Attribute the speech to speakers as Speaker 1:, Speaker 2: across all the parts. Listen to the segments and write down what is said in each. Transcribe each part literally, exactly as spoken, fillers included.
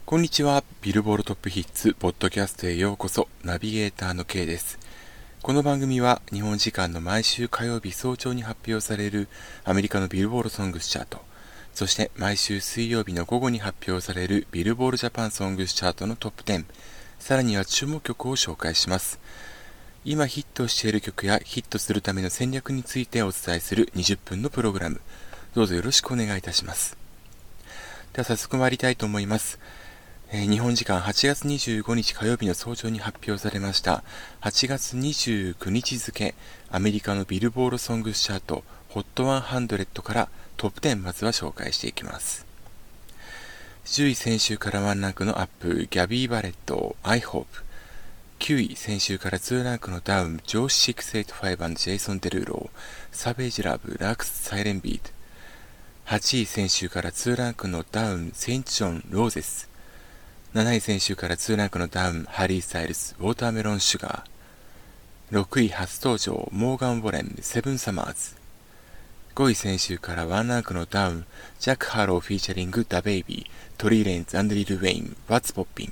Speaker 1: こんにちは。ビルボールトップヒッツポッドキャストへようこそ。ナビゲーターの K です。この番組は日本時間の毎週火曜日早朝に発表されるアメリカのビルボールソングスチャート、そして毎週水曜日の午後に発表されるビルボールジャパンソングスチャートのトップじゅう、さらには注目曲を紹介します。今ヒットしている曲やヒットするための戦略についてお伝えするにじゅっぷんのプログラム、どうぞよろしくお願いいたします。では早速参りたいと思います。えー、日本時間はちがつにじゅうごにち火曜日の早朝に発表されましたはちがつにじゅうくにち付アメリカのビルボールソングスチャート ホットひゃく からトップじゅう、まずは紹介していきます。じゅうい、先週からワンランクのアップ、ギャビー・バレット I Hope。 きゅうい、先週からツーランクのダウン、ジョーシろくはちご ジェイソン・デルーロー、サベージ・ラブ、ラックス・サイレン・ビート。はちい、先週からツーランクのダウン、センチジョン・ローゼス。なない、先週からにランクのダウン、ハリー・スタイルス、ウォーターメロン・シュガー。ろくい、初登場、モーガン・ウォレン、セブン・サマーズ。ごい、先週からいちランクのダウン、ジャック・ハローフィーチャリング、ダ・ベイビー、トリー・レインズ、アンドリル・ウェイン、What's Poppin'。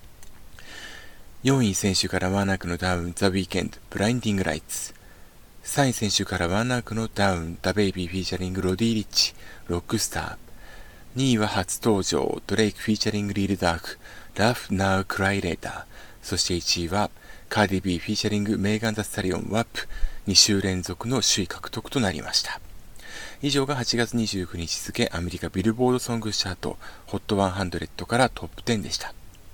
Speaker 1: よんい、先週からいちランクのダウン、ザ・ウィーケンド、ブラインディング・ライツ。さんい、先週からいちランクのダウン、ダ・ベイビーフィーチャリング、ロディ・リッチ、ロックスター。にいは初登場、ドレイクフィーチャリングリールダーク、Laugh Now Cry Later。そしていちいはカーディビーフィーチャリングメーガン・ザ・スタリオン ワップ、に週連続の首位獲得となりました。以上がはちがつにじゅうくにち付アメリカビルボードソングチャート ホットひゃく からトップじゅうでした。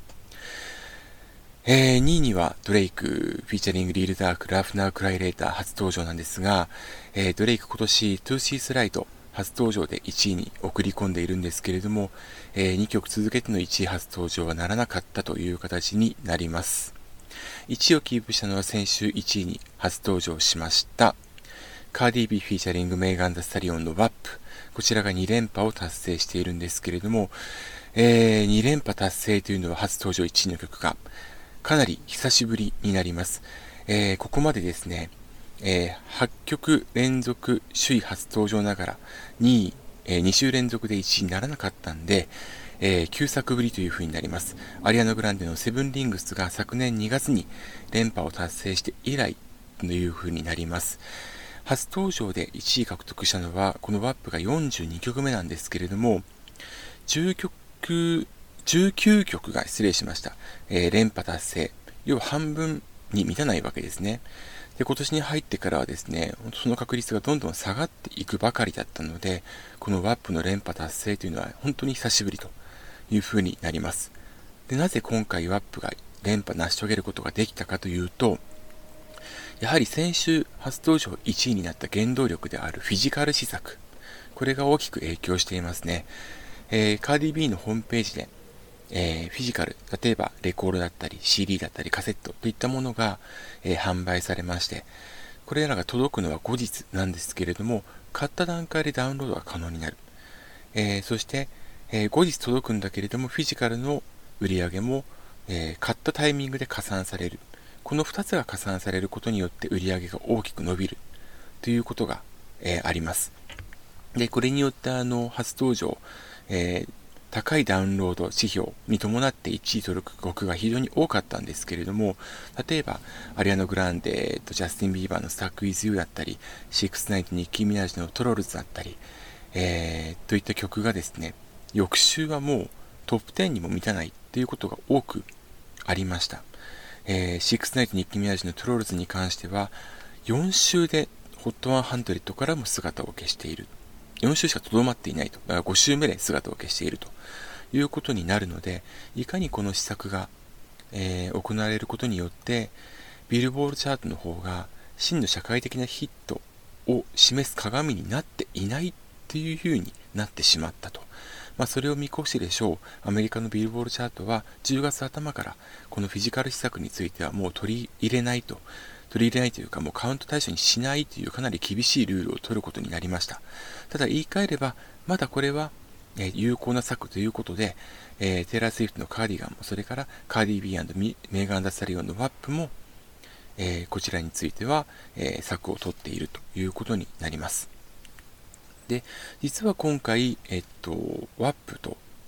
Speaker 1: えー、にいにはドレイクフィーチャリングリールダーク Laugh Now Cry Later 初登場なんですが、えー、ドレイク今年 トゥーシー スライド初登場でいちいに送り込んでいるんですけれども、えー、にきょく続けてのいちい初登場はならなかったという形になります。いちいをキープしたのは先週いちいに初登場しましたカーディビーフィーチャリングメーガン・ザ・スタリオンの ワップ、 こちらがに連覇を達成しているんですけれども、えー、に連覇達成というのは初登場いちいの曲がかなり久しぶりになります。えー、ここまでですね、えー、はちきょく連続首位初登場ながらにい、えー、に週連続でいちいにならなかったんで、えー、きゅうさくぶりという風になります。アリアナ・グランデのセブンリングスが昨年にがつに連覇を達成して以来という風になります。初登場でいちい獲得したのはこのワップがよんじゅうにきょくめなんですけれども、じゅうきょくじゅうきゅうきょくが失礼しました、えー、連覇達成、要は半分に満たないわけですね。で、今年に入ってからはですね、その確率がどんどん下がっていくばかりだったので、このワップの連覇達成というのは本当に久しぶりというふうになります。で、なぜ今回ワップが連覇成し遂げることができたかというと、やはり先週初登場いちいになった原動力であるフィジカル施策、これが大きく影響していますね。えー、カーディビーのホームページでえー、フィジカル、例えばレコードだったり シーディー だったりカセットといったものが、えー、販売されまして、これらが届くのは後日なんですけれども、買った段階でダウンロードが可能になる。えー、そして、えー、後日届くんだけれども、フィジカルの売り上げも、えー、買ったタイミングで加算される。このふたつが加算されることによって売り上げが大きく伸びるということが、えー、あります。で、これによってあの初登場、えー高いダウンロード指標に伴っていちい取る曲が非常に多かったんですけれども、例えばアリアナ・グランデとジャスティン・ビーバーのスタック・イズ・ユーだったり、シックスナインとニッキー・ミナージのトロールズだったり、えー、といった曲がですね、翌週はもうトップじゅうにも満たないということが多くありました。えー、シックスナインとニッキー・ミナージのトロールズに関してはよん週で ホットひゃく からも姿を消している。よん週しかとどまっていないと。ご週目で姿を消しているということになるので、いかにこの施策が、えー、行われることによってビルボールチャートの方が真の社会的なヒットを示す鏡になっていないというふうになってしまったと。まあ、それを見越してでしょう、アメリカのビルボールチャートはじゅうがつ頭からこのフィジカル施策についてはもう取り入れないと取り入れないというか、もうカウント対象にしないというかなり厳しいルールを取ることになりました。ただ言い換えればまだこれはえー、有効な策ということで、えー、テイラー・スウィフトのカーディガンも、それからカーディビー&メーガン・ダ・スタリオンのワップも、えー、こちらについては、えー、策を取っているということになります。で、実は今回、えっと、ワップと、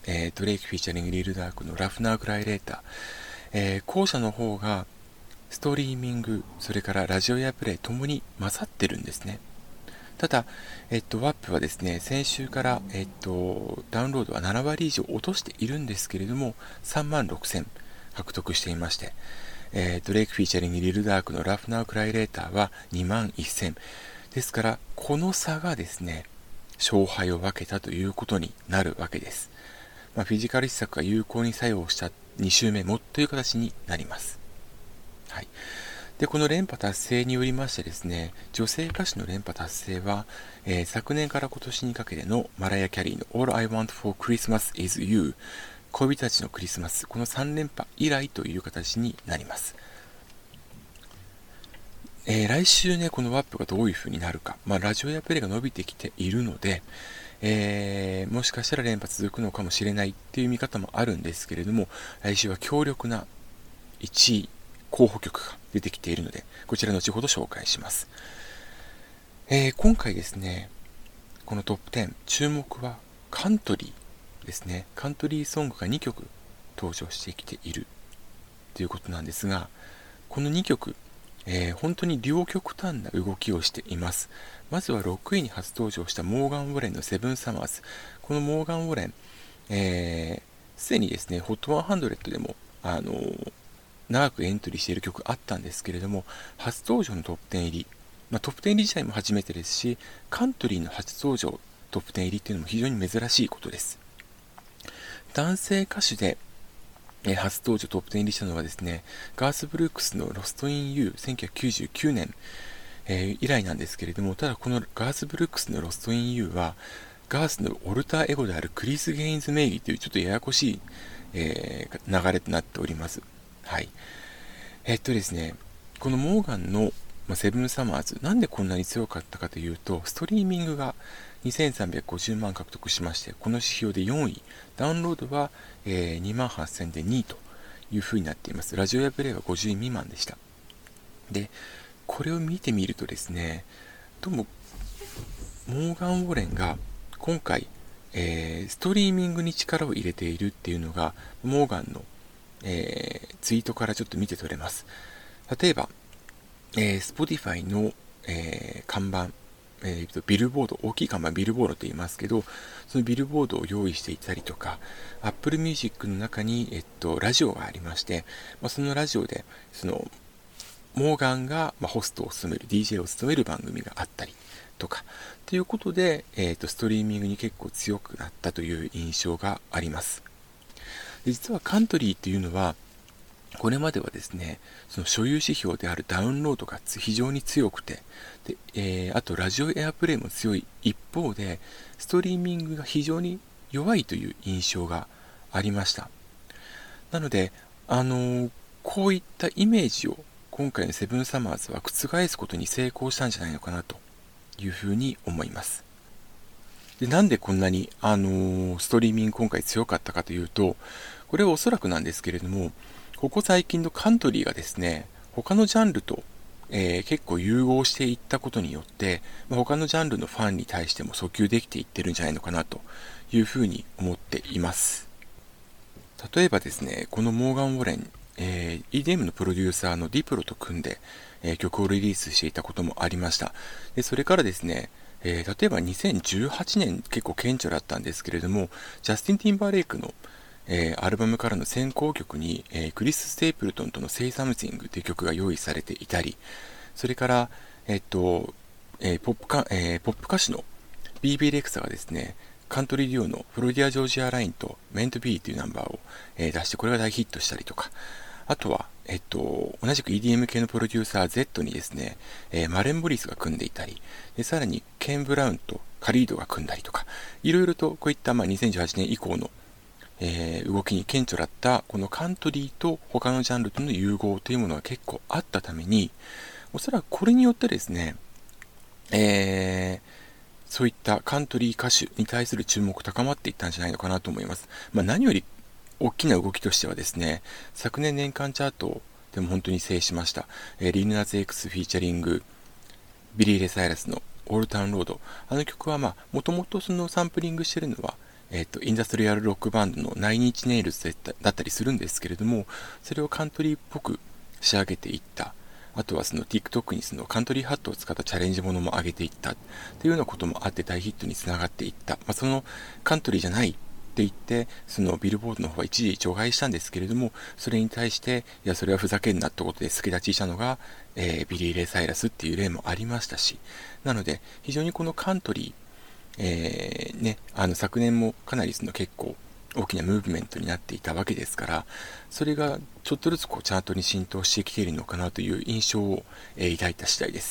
Speaker 1: えー、ドレイクフィーチャリングリルダークのラフナークライレーター、えー、後者の方がストリーミング、それからラジオやプレイともに勝ってるんですね。ただ、えっと、ワップはですね、先週から、えっと、ダウンロードはななわり以上落としているんですけれども、さんまんろくせん獲得していまして、えー、ドレイクフィーチャリングリルダークのラフナークライレーターはにまんせん。ですから、この差がですね、勝敗を分けたということになるわけです。まあ、フィジカル施策が有効に作用したに週目もという形になります。はい。で、この連覇達成によりましてですね、女性歌手の連覇達成は、えー、昨年から今年にかけてのマライア・キャリーの All I Want for Christmas is You、 恋人たちのクリスマス、このさん連覇以来という形になります。えー、来週ね、このワップがどういう風になるか、まあ、ラジオやプレイが伸びてきているので、えー、もしかしたら連覇続くのかもしれないっていう見方もあるんですけれども、来週は強力ないちい候補曲が出てきているので、こちら後ほど紹介します。えー、今回ですね、このトップじゅう、注目はカントリーですね。カントリーソングがにきょく登場してきているということなんですが、このにきょく、えー、本当に両極端な動きをしています。まずはろくいに初登場したモーガン・ウォレンのセブンサマーズ。このモーガン・ウォレン、えー、すでにですね、ホットひゃくでも、あのー、長くエントリーしている曲あったんですけれども、初登場のトップじゅう入り、まあ、トップじゅう入り自体も初めてですし、カントリーの初登場トップじゅう入りっていうのも非常に珍しいことです。男性歌手で、えー、初登場トップじゅう入りしたのはですね、ガース・ブルークスのロスト・イン・ユーせんきゅうひゃくきゅうじゅうきゅうねん、えー、以来なんですけれども、ただこのガース・ブルークスのロスト・イン・ユーはガースのオルターエゴであるクリス・ゲインズ名義というちょっとややこしい、えー、流れとなっております。はい。えっとですね、このモーガンの、まあ、セブンサマーズ、なんでこんなに強かったかというと、ストリーミングがにせんさんびゃくごじゅうまん獲得しまして、この指標でよんい、ダウンロードは、えー、にまんはっせんでにいという風になっています。ラジオやプレイはごじゅうい未満でした。で、これを見てみるとですね、どうも、モーガン・ウォレンが今回、えー、ストリーミングに力を入れているっていうのが、モーガンのえー、ツイートからちょっと見て取れます。例えば、えー、Spotify の、えー、看板、えー、ビルボード、大きい看板ビルボードと言いますけど、そのビルボードを用意していたりとか、Apple Music の中に、えっと、ラジオがありまして、まあ、そのラジオで、その、モーガンが、まあ、ホストを務める、ディージェー を務める番組があったりとか、ということで、えーと、ストリーミングに結構強くなったという印象があります。実はカントリーというのは、これまではですね、その所有指標であるダウンロードが非常に強くて、でえー、あとラジオエアプレイも強い一方で、ストリーミングが非常に弱いという印象がありました。なので、あのー、こういったイメージを今回のセブンサマーズは覆すことに成功したんじゃないのかなというふうに思います。で、なんでこんなに、あのー、ストリーミング今回強かったかというと、これはおそらくなんですけれども、ここ最近のカントリーがですね、他のジャンルと、えー、結構融合していったことによって、まあ、他のジャンルのファンに対しても訴求できていってるんじゃないのかなというふうに思っています。例えばですね、このモーガン・ウォレン、えー、イーディーエム のプロデューサーのディプロと組んで、えー、曲をリリースしていたこともありました。でそれからですね、えー、例えばにせんじゅうはちねん結構顕著だったんですけれども、ジャスティン・ティンバーレイクのえー、アルバムからの先行曲に、えー、クリス・ステープルトンとの Say Something という曲が用意されていたり、それから、えっとえー、ポップか、えー、ポップ歌手の ビービー レクサがですね、カントリーデュオのフロリア・ジョージア・ラインと メント・ビーというナンバーを、えー、出して、これが大ヒットしたりとか、あとは、えっと、同じく イーディーエム 系のプロデューサー Z にですね、えー、マレン・ボリスが組んでいたり、でさらにケン・ブラウンとカリードが組んだりとか、いろいろとこういった、まあ、にせんじゅうはちねん以降のえー、動きに顕著だったこのカントリーと他のジャンルとの融合というものが結構あったために、おそらくこれによってですね、えー、そういったカントリー歌手に対する注目高まっていったんじゃないのかなと思います。まあ、何より大きな動きとしてはですね、昨年年間チャートでも本当に制しました、えー、リルナズ X フィーチャリングビリー・レサイラスのオールタウンロード。あの曲はまあもともとそのサンプリングしてるのはえっと、インダストリアルロックバンドのナインインチネイルズだったりするんですけれども、それをカントリーっぽく仕上げていった。あとはその TikTok にそのカントリーハットを使ったチャレンジものも上げていったというようなこともあって大ヒットにつながっていった。まあ、そのカントリーじゃないって言って、そのビルボードの方は一時除外したんですけれども、それに対して、いや、それはふざけんなってことで助立ちしたのが、えー、ビリー・レイ・サイラスっていう例もありましたし、なので、非常にこのカントリー、えー、ね、あの昨年もかなりその結構大きなムーブメントになっていたわけですから、それがちょっとずつこうチャートに浸透してきているのかなという印象を、えー、抱いた次第です。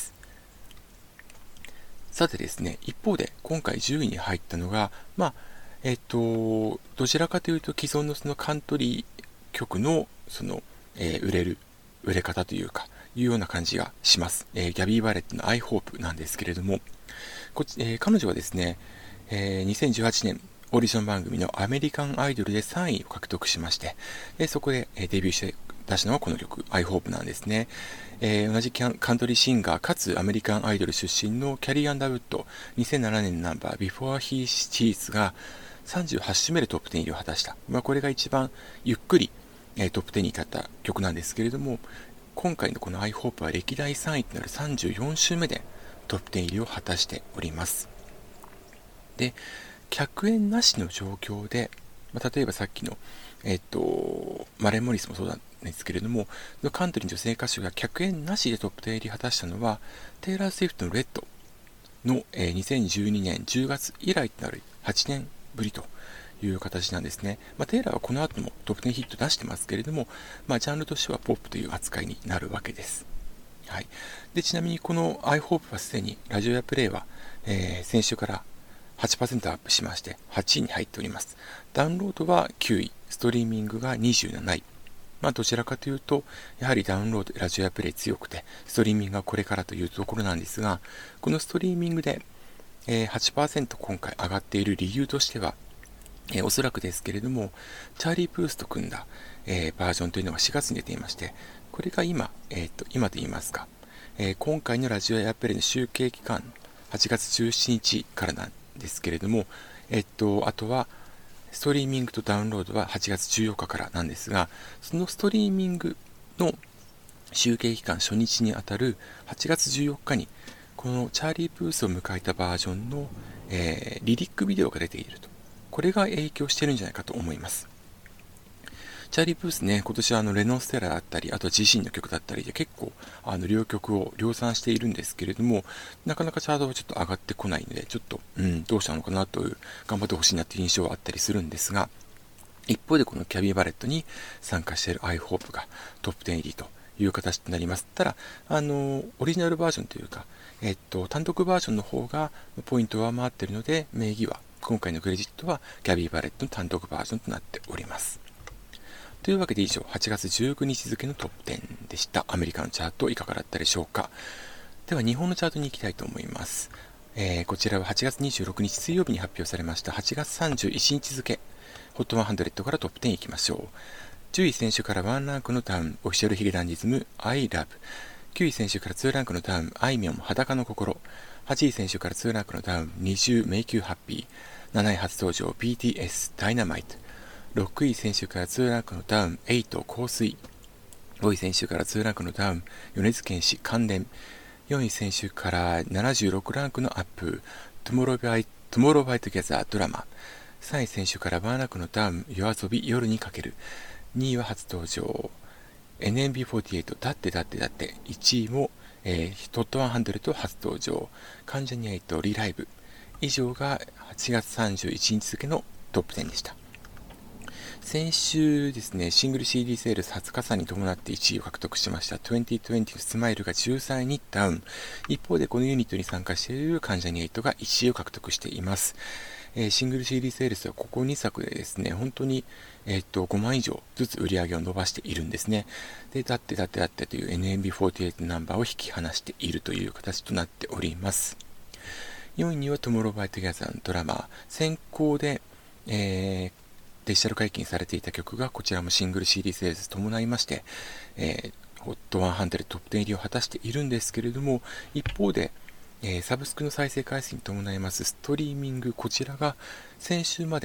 Speaker 1: さてですね、一方で今回じゅういに入ったのが、まあ、えっと、どちらかというと既存のそのカントリー曲のその、えー、売れる、売れ方というか、いうような感じがします。えー、ギャビー・バレットの I Hope なんですけれども、こち、えー、彼女はですね、えー、にせんじゅうはちねん、オーディション番組のアメリカンアイドルでさんいを獲得しまして、でそこで、えー、デビューして出したのはこの曲 I Hope なんですね。えー、同じカントリーシンガーかつアメリカンアイドル出身のキャリー・アンダーウッドにせんななねんのナンバー Before He Cheats がさんじゅうはち週目でトップテン入りを果たした、まあ、これが一番ゆっくり、えー、トップテンに立った曲なんですけれども、今回のこの I Hope は歴代さんいとなるさんじゅうよん週目でトップテン入りを果たしております。で、客演なしの状況で、まあ、例えばさっきの、えっと、マレン・モリスもそうなんですけれども、カントリーの女性歌手が客演なしでトップテン入り果たしたのは、テイラー・スウィフトのレッドの、えー、にせんじゅうにねんじゅうがつ以来となるはちねんぶりという形なんですね。まあ、テイラーはこの後もトップテンヒット出してますけれども、まあ、ジャンルとしてはポップという扱いになるわけです。はい、でちなみにこの I Hope はすでにラジオやプレイは、えー、先週から はちパーセント アップしましてはちいに入っております。ダウンロードはきゅうい、ストリーミングがにじゅうなない。まあ、どちらかというとやはりダウンロード、ラジオやプレイ強くてストリーミングがこれからというところなんですが、このストリーミングで、えー、はちパーセント 今回上がっている理由としては、えー、おそらくですけれどもチャーリー・プースと組んだ、えー、バージョンというのがしがつに出ていまして、これが今、えー、と今と言いますか、えー、今回のラジオやプレイの集計期間はちがつじゅうしちにちからなんですけれども、えっと、あとはストリーミングとダウンロードははちがつじゅうよっかからなんですが、そのストリーミングの集計期間初日にあたるはちがつじゅうよっかにこのチャーリー・プースを迎えたバージョンの、えー、リリックビデオが出ていると、これが影響しているんじゃないかと思います。チャーリー・プースね、今年はあのレノンステラだったり、あと自身の曲だったりで結構あの両曲を量産しているんですけれども、なかなかチャートはちょっと上がってこないので、ちょっと、うん、どうしたのかなという、頑張ってほしいなという印象はあったりするんですが、一方でこのキャビー・バレットに参加している I Hope がトップテン入りという形となります。ただ、あの、オリジナルバージョンというか、えっと、単独バージョンの方がポイントを上回っているので、名義は、今回のクレジットはキャビー・バレットの単独バージョンとなっております。というわけで以上、はちがつじゅうくにち付のトップテンでした。アメリカのチャートいかがだったでしょうか。では日本のチャートに行きたいと思います。えー、こちらははちがつにじゅうろくにち水曜日に発表されましたはちがつさんじゅういちにち付、ホットひゃくからトップテンいきましょう。じゅうい選手からワンランクのダウン、オフィシャルヒゲダンディズム I Love。きゅうい選手からツーランクのダウン、あいみょん裸の心。はちい選手からツーランクのダウン、にじゅう Make You Happy。なない初登場 ビーティーエス Dynamite。ろくい選手からツーランクのダウン、エイト香水。ごい選手からツーランクのダウン、米津玄師関連。よんい選手からななじゅうろくランクのアップ、Tomorrow by Together ドラマ。さんい選手からワンランクのダウン、夜遊び夜にかける。にいは初登場、エヌエムビーフォーティーエイト だってだってだって。いちいも、えー、トットひゃく初登場、関ジャニエイトリライブ。以上がはちがつさんじゅういちにち付のトップテンでした。先週ですね、シングル シーディー セールスはつかさんに伴っていちいを獲得しましたにせんにじゅうのスマイルがじゅうさんいにダウン。一方でこのユニットに参加している関ジャニエイトがいちいを獲得しています。えー、シングル シーディー セールスはここにさくでですね、本当に、えー、っとごまん以上ずつ売り上げを伸ばしているんですね。で、だってだってだってという エヌエムビーフォーティーエイト ナンバーを引き離しているという形となっております。よんいには Tomorrow by Together のドラマ、先行で、えーデジタル解禁されていた曲がこちらもシングル シーディー セールス伴いまして、えー、ホットひゃくトップテン入りを果たしているんですけれども、一方で、えー、サブスクの再生回数に伴いますストリーミング、こちらが先週まで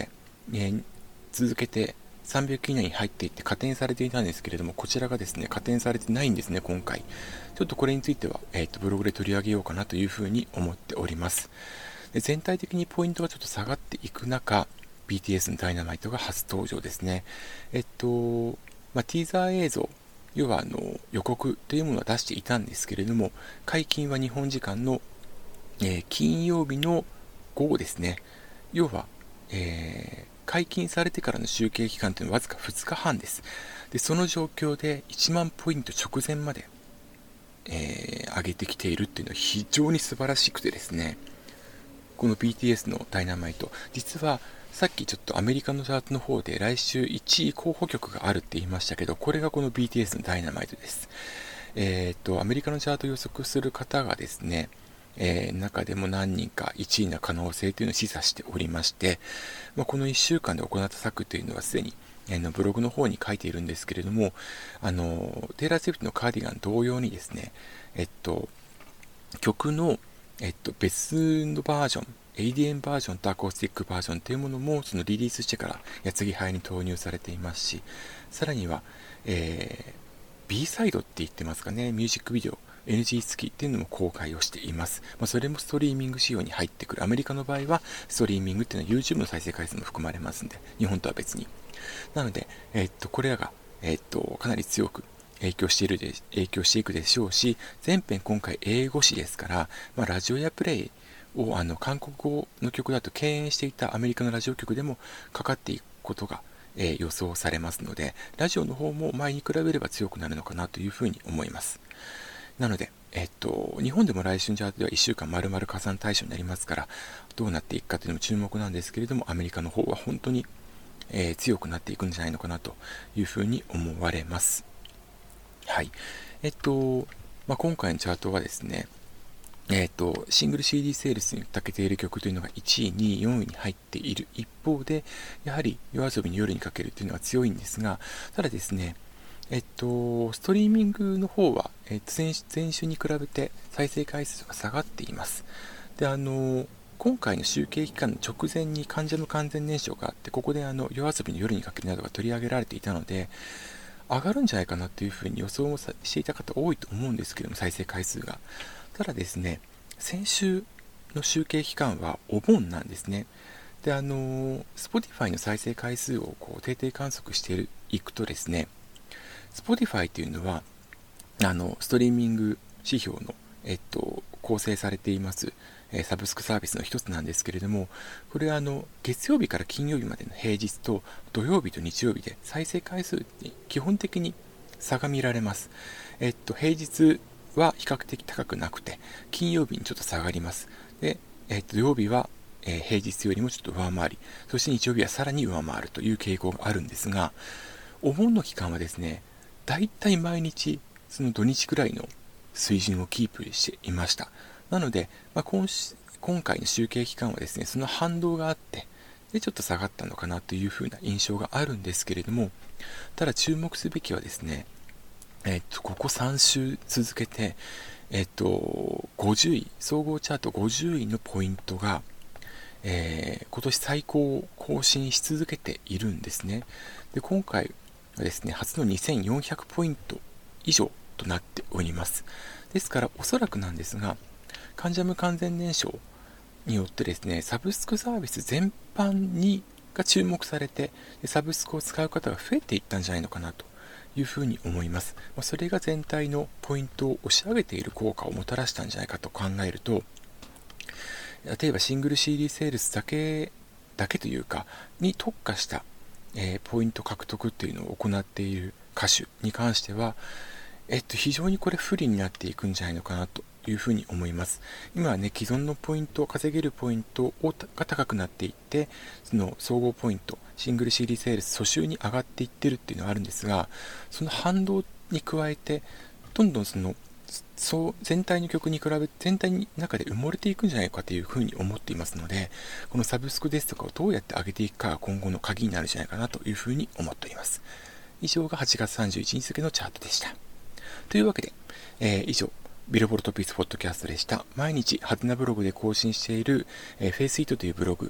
Speaker 1: ね、続けてさんびゃくい以内に入っていって加点されていたんですけれども、こちらがですね加点されてないんですね今回。ちょっとこれについては、えー、とブログで取り上げようかなというふうに思っております。で全体的にポイントがちょっと下がっていく中、 ビーティーエス のダイナマイトが初登場ですね。えっと、まあ、ティーザー映像、要はあの予告というものは出していたんですけれども、解禁は日本時間の、えー金曜日の午後ですね。要は、えー解禁されてからの集計期間というのはわずかふつかはんです。でその状況でいちまんポイント直前まで、えー上げてきているっていうのは非常に素晴らしくてですね、この ビーティーエス のダイナマイト、実はさっきちょっとアメリカのチャートの方で来週いちい候補曲があるって言いましたけど、これがこの ビーティーエス のダイナマイトです。えー、っとアメリカのチャートを予測する方がですね、えー、中でも何人かいちいの可能性というのを示唆しておりまして、まあ、このいっしゅうかんで行った策というのはすでに、えー、のブログの方に書いているんですけれども、あのテイラー・スウィフトのカーディガン同様にですね、えっと曲の、えっと、別のバージョン、エーディーエム バージョンとアコースティックバージョンというものもそのリリースしてから矢継ぎ早に投入されていますし、さらには、えー、B サイドって言ってますかね、ミュージックビデオ エヌジー 付きっていうのも公開をしています。まあ、それもストリーミング仕様に入ってくる。アメリカの場合はストリーミングっていうのは YouTube の再生回数も含まれますんで、日本とは別に。なので、えっとこれらが、えっとかなり強く影響しているで影響していくでしょうし、前編今回英語詞ですから、まあ、ラジオやプレイをあの韓国語の曲だと敬遠していたアメリカのラジオ局でもかかっていくことが、えー予想されますので、ラジオの方も前に比べれば強くなるのかなというふうに思います。なので、えっと、日本でも来週のチャートではいっしゅうかん丸々加算対象になりますから、どうなっていくかというのも注目なんですけれども、アメリカの方は本当に、えー強くなっていくんじゃないのかなというふうに思われます。はい。えっと、まあ、今回のチャートはですね、えっと、シングル シーディー セールスに長けている曲というのがいちい、にい、よんいに入っている一方で、やはり夜遊びに夜にかけるというのは強いんですが、ただですね、えっと、ストリーミングの方は、えっと、前前週に比べて再生回数が下がっています。で、あの、今回の集計期間の直前に関ジャム完全燃焼があって、ここであの夜遊びの夜にかけるなどが取り上げられていたので、上がるんじゃないかなというふうに予想もしていた方多いと思うんですけども、再生回数が。ただですね、先週の集計期間はお盆なんですね。で、あの、Spotify の再生回数をこう定点観測していくとですね、Spotify というのは、あの、ストリーミング指標の、えっと、構成されています、えーサブスクサービスの一つなんですけれども、これはあの、月曜日から金曜日までの平日と土曜日と日曜日で再生回数に基本的に差が見られます。えっと、平日は比較的高くなくて、金曜日にちょっと下がります。で、えっと、土曜日は、えー平日よりもちょっと上回り、そして日曜日はさらに上回るという傾向があるんですが、お盆の期間はですね、だいたい毎日その土日くらいの水準をキープしていました。なので、まあ、今今回の集計期間はですね、その反動があって、でちょっと下がったのかなというふうな印象があるんですけれども、ただ注目すべきはですね、えっと、ここさん週続けて、えっと、ごじゅうい、総合チャートごじゅういのポイントが、えー今年最高を更新し続けているんですね。で、今回はですね、初のにせんよんひゃくポイント以上となっております。ですから、おそらくなんですが、関ジャム完全燃焼によってですね、サブスクサービス全般にが注目されて、サブスクを使う方が増えていったんじゃないのかなというふうに思います。それが全体のポイントを押し上げている効果をもたらしたんじゃないかと考えると、例えばシングル シーディー セールスだけだけというかに特化した、えーポイント獲得っていうのを行っている歌手に関しては、えっと、非常にこれ不利になっていくんじゃないのかなというふうに思います。今はね、既存のポイント、稼げるポイントをが高くなっていって、その総合ポイント、シングル シーディー セールス、初週に上がっていってるっていうのはあるんですが、その反動に加えて、どんどんその、そう全体の曲に比べて全体の中で埋もれていくんじゃないかというふうに思っていますので、このサブスクですとかをどうやって上げていくかが今後の鍵になるんじゃないかなというふうに思っております。以上がはちがつさんじゅういちにち付のチャートでした。というわけで、えー以上、ビルボルトピースポッドキャストでした。毎日ハテナブログで更新している、えー、フェイスイートというブログ、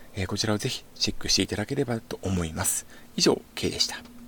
Speaker 1: えー、こちらをぜひチェックしていただければと思います。以上、K でした。